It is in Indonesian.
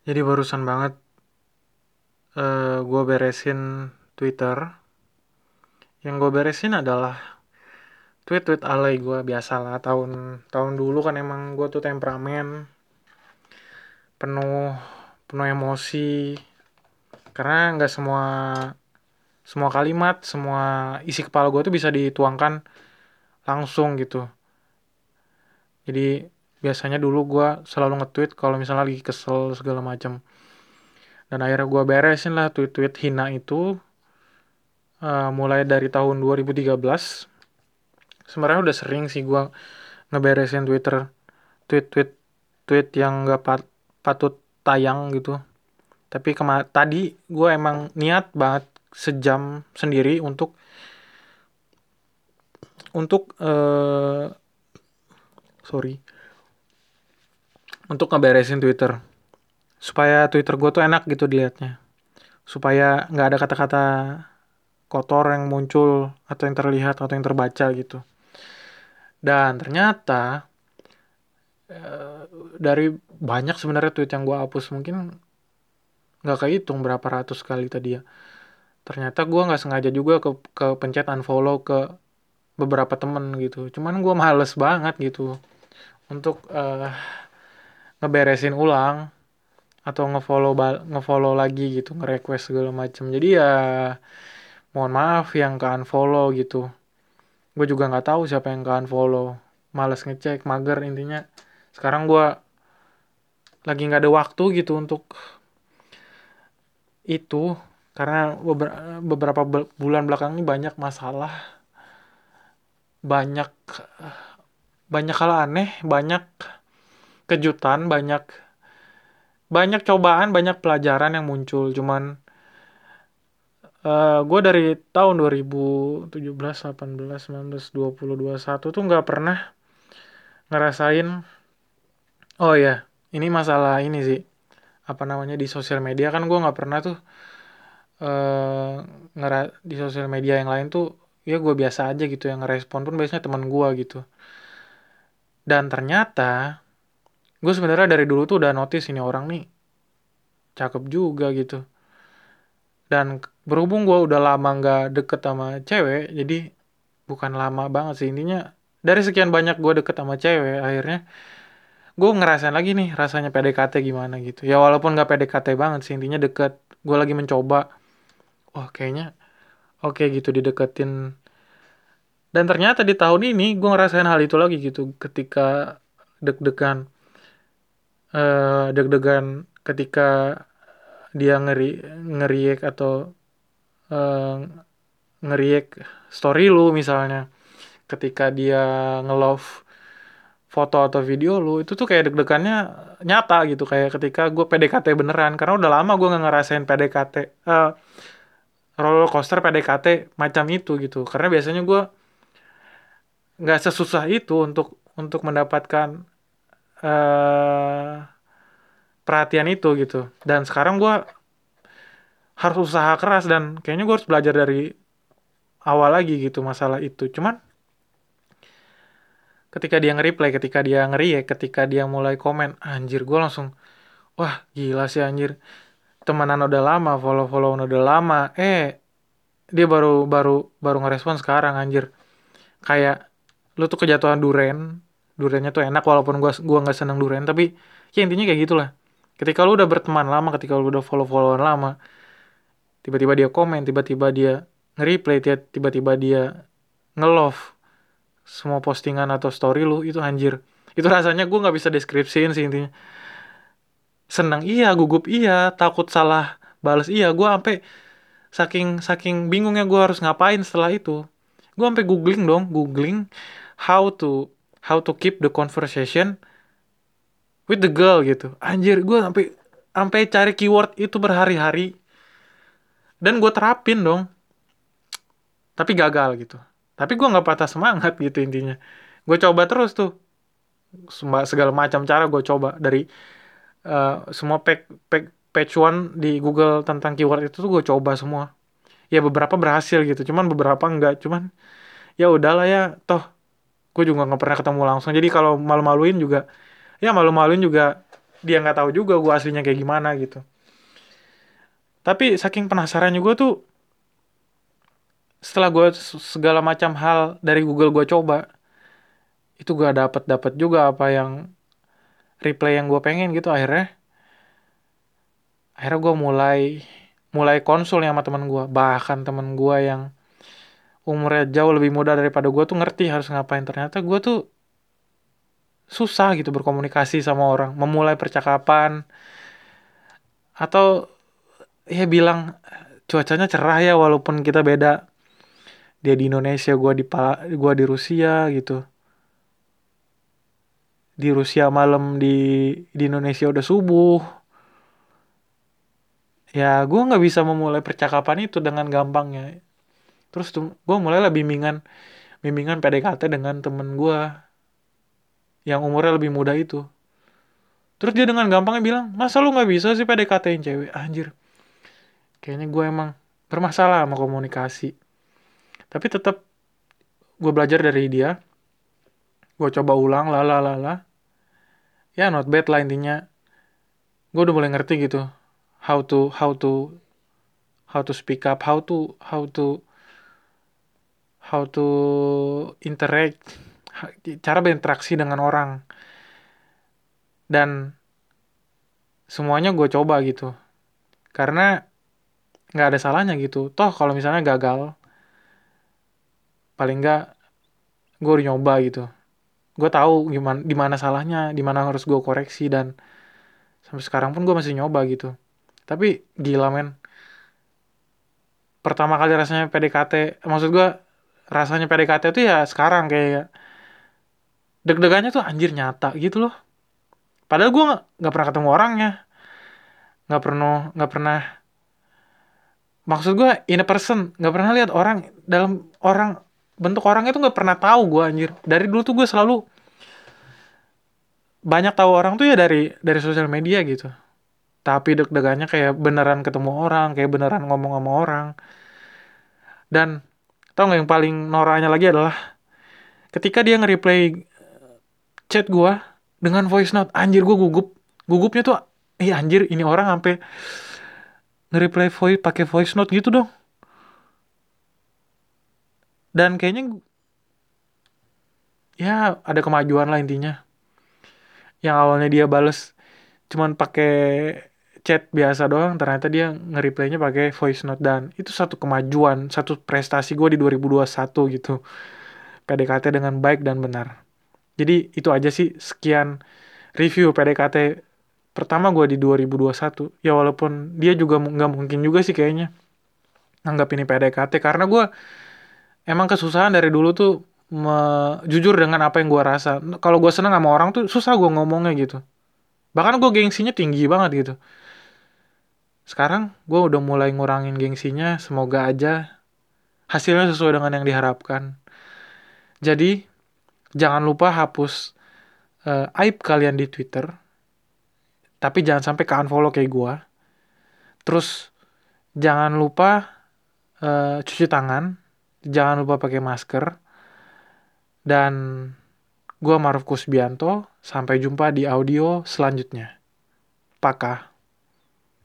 Jadi barusan banget gue beresin Twitter. Yang gue beresin adalah tweet-tweet alay gue biasalah tahun tahun dulu kan emang gue tuh temperamen penuh penuh emosi karena nggak semua semua kalimat semua isi kepala gue tuh bisa dituangkan langsung gitu. Jadi biasanya dulu gue selalu nge-tweet kalau misalnya lagi kesel segala macam. Dan akhirnya gue beresin lah tweet-tweet hina itu mulai dari tahun 2013. Sebenarnya udah sering sih gue ngeberesin Twitter, tweet-tweet tweet yang nggak patut tayang gitu. Tapi tadi gue emang niat banget sejam sendiri untuk sorry, untuk ngeberesin Twitter supaya Twitter gue tuh enak gitu dilihatnya, supaya nggak ada kata-kata kotor yang muncul atau yang terlihat atau yang terbaca gitu. Dan ternyata dari banyak sebenarnya tweet yang gue hapus, mungkin nggak kehitung berapa ratus kali tadi ya. Ternyata gue nggak sengaja juga ke pencet unfollow ke beberapa temen gitu. Cuman gue males banget gitu untuk ngeberesin ulang atau ngefollow lagi gitu, nge-request segala macam. Jadi ya mohon maaf yang ke unfollow gitu. Gue juga nggak tahu siapa yang ke unfollow. Males ngecek, mager intinya. Sekarang gue lagi nggak ada waktu gitu untuk itu karena beberapa bulan belakang ini banyak masalah, banyak banyak hal aneh, banyak kejutan, banyak banyak cobaan, banyak pelajaran yang muncul. Cuman gue dari tahun 2017, 18, 19, 20, 21 tuh nggak pernah ngerasain. Oh ya, ini masalah ini sih, apa namanya, di sosial media kan gue nggak pernah tuh eh di sosial media yang lain tuh ya gue biasa aja gitu, yang ngerespon pun biasanya teman gue gitu. Dan ternyata gue sebenarnya dari dulu tuh udah notice ini orang nih cakep juga gitu. Dan berhubung gue udah lama nggak deket sama cewek, jadi bukan lama banget sih intinya, dari sekian banyak gue deket sama cewek, akhirnya gue ngerasain lagi nih rasanya PDKT gimana gitu. Ya walaupun nggak PDKT banget sih, intinya deket. Gue lagi mencoba, wah kayaknya oke gitu dideketin. Dan ternyata di tahun ini gue ngerasain hal itu lagi gitu, ketika deg-degan, deg-degan ketika dia ngeriak atau eh, ngeriak story lu misalnya, ketika dia nge-love foto atau video lu, itu tuh kayak deg-degannya nyata gitu, kayak ketika gue PDKT beneran, karena udah lama gue nggak ngerasain PDKT, roller coaster PDKT macam itu gitu. Karena biasanya gue nggak sesusah itu untuk mendapatkan eh perhatian itu gitu. Dan sekarang gue harus usaha keras dan kayaknya gue harus belajar dari awal lagi gitu masalah itu. Cuman ketika dia nge-reply, ketika dia nge-react, ketika dia mulai komen, anjir gue langsung, wah gila sih anjir, temenan udah lama, follow-followan udah lama, dia baru baru baru ngerespon sekarang anjir. Kayak lu tuh kejatuhan duren, durennya tuh enak walaupun gua nggak seneng duren, tapi ya intinya kayak gitulah. Ketika lu udah berteman lama, ketika lu udah follow-followan lama, tiba-tiba dia komen, tiba-tiba dia nge-replay, tiba-tiba dia nge-love semua postingan atau story lu, itu anjir. Itu rasanya gue nggak bisa deskripsiin sih intinya. Senang iya, gugup iya, takut salah balas iya. Gue sampai saking saking bingungnya gue harus ngapain setelah itu. Gue sampai googling dong, googling how to how to keep the conversation with the girl gitu. Anjir, gue sampai sampai cari keyword itu berhari-hari dan gue terapin dong, tapi gagal gitu. Tapi gue nggak patah semangat gitu intinya. Gue coba terus tuh, segala macam cara gue coba dari semua page one di Google tentang keyword itu tuh gue coba semua. Ya beberapa berhasil gitu, cuman beberapa enggak. Cuman ya udahlah ya, toh gue juga nggak pernah ketemu langsung. Jadi kalau malu-maluin juga, ya malu-maluin juga dia nggak tahu juga gue aslinya kayak gimana gitu. Tapi saking penasarannya gue tuh, setelah gue segala macam hal dari Google gue coba, itu gak dapat juga apa yang replay yang gue pengen gitu. Akhirnya gue mulai mulai konsul sama teman gue. Bahkan teman gue yang umurnya jauh lebih muda daripada gue tuh ngerti harus ngapain. Ternyata gue tuh susah gitu berkomunikasi sama orang, memulai percakapan, atau ya bilang cuacanya cerah ya walaupun kita beda. Dia di Indonesia, gua di Rusia gitu. Di Rusia malam, di Indonesia udah subuh. Ya gua nggak bisa memulai percakapan itu dengan gampangnya. Terus tuh gua mulai lah bimbingan PDKT dengan temen gua yang umurnya lebih muda itu. Terus dia dengan gampangnya bilang, masa lu nggak bisa sih PDKT-in cewek? Anjir, kayaknya gue emang bermasalah sama komunikasi. Tapi tetap gue belajar dari dia, gue coba ulang, ya not bad lah intinya. Gue udah mulai ngerti gitu, how to speak up, how to interact, cara berinteraksi dengan orang. Dan semuanya gue coba gitu, karena nggak ada salahnya gitu. Toh kalau misalnya gagal, paling nggak gue udah nyoba gitu. Gue tahu gimana, di mana salahnya, di mana harus gue koreksi, dan sampai sekarang pun gue masih nyoba gitu. Tapi gila men, pertama kali rasanya PDKT, maksud gue rasanya PDKT itu ya sekarang, kayak deg-degannya tuh anjir nyata gitu loh. Padahal gue nggak pernah ketemu orangnya, nggak pernah, maksud gue in a person, nggak pernah lihat orang dalam orang, bentuk orangnya tuh nggak pernah tahu gue anjir. Dari dulu tuh gue selalu banyak tahu orang tuh ya dari sosial media gitu. Tapi deg-degannya kayak beneran ketemu orang, kayak beneran ngomong sama orang. Dan tau nggak yang paling noranya lagi adalah ketika dia nge-reply chat gue dengan voice note. Anjir, gue gugupnya tuh, anjir, ini orang sampai nge-reply voice pakai voice note gitu dong. Dan kayaknya ya ada kemajuan lah intinya. Yang awalnya dia bales cuman pakai chat biasa doang, ternyata dia nge-reply-nya pakai voice note. Dan itu satu kemajuan, satu prestasi gue di 2021 gitu. PDKT dengan baik dan benar. Jadi itu aja sih, sekian review PDKT pertama gue di 2021. Ya walaupun dia juga nggak mungkin juga sih kayaknya anggap ini PDKT, karena gue emang kesusahan dari dulu tuh jujur dengan apa yang gue rasa. Kalau gue seneng sama orang tuh susah gue ngomongnya gitu. Bahkan gue gengsinya tinggi banget gitu. Sekarang gue udah mulai ngurangin gengsinya. Semoga aja hasilnya sesuai dengan yang diharapkan. Jadi jangan lupa hapus aib kalian di Twitter. Tapi jangan sampai ke unfollow kayak gue. Terus jangan lupa cuci tangan. Jangan lupa pakai masker. Dan gue Maruf Kusbianto. Sampai jumpa di audio selanjutnya. Paka.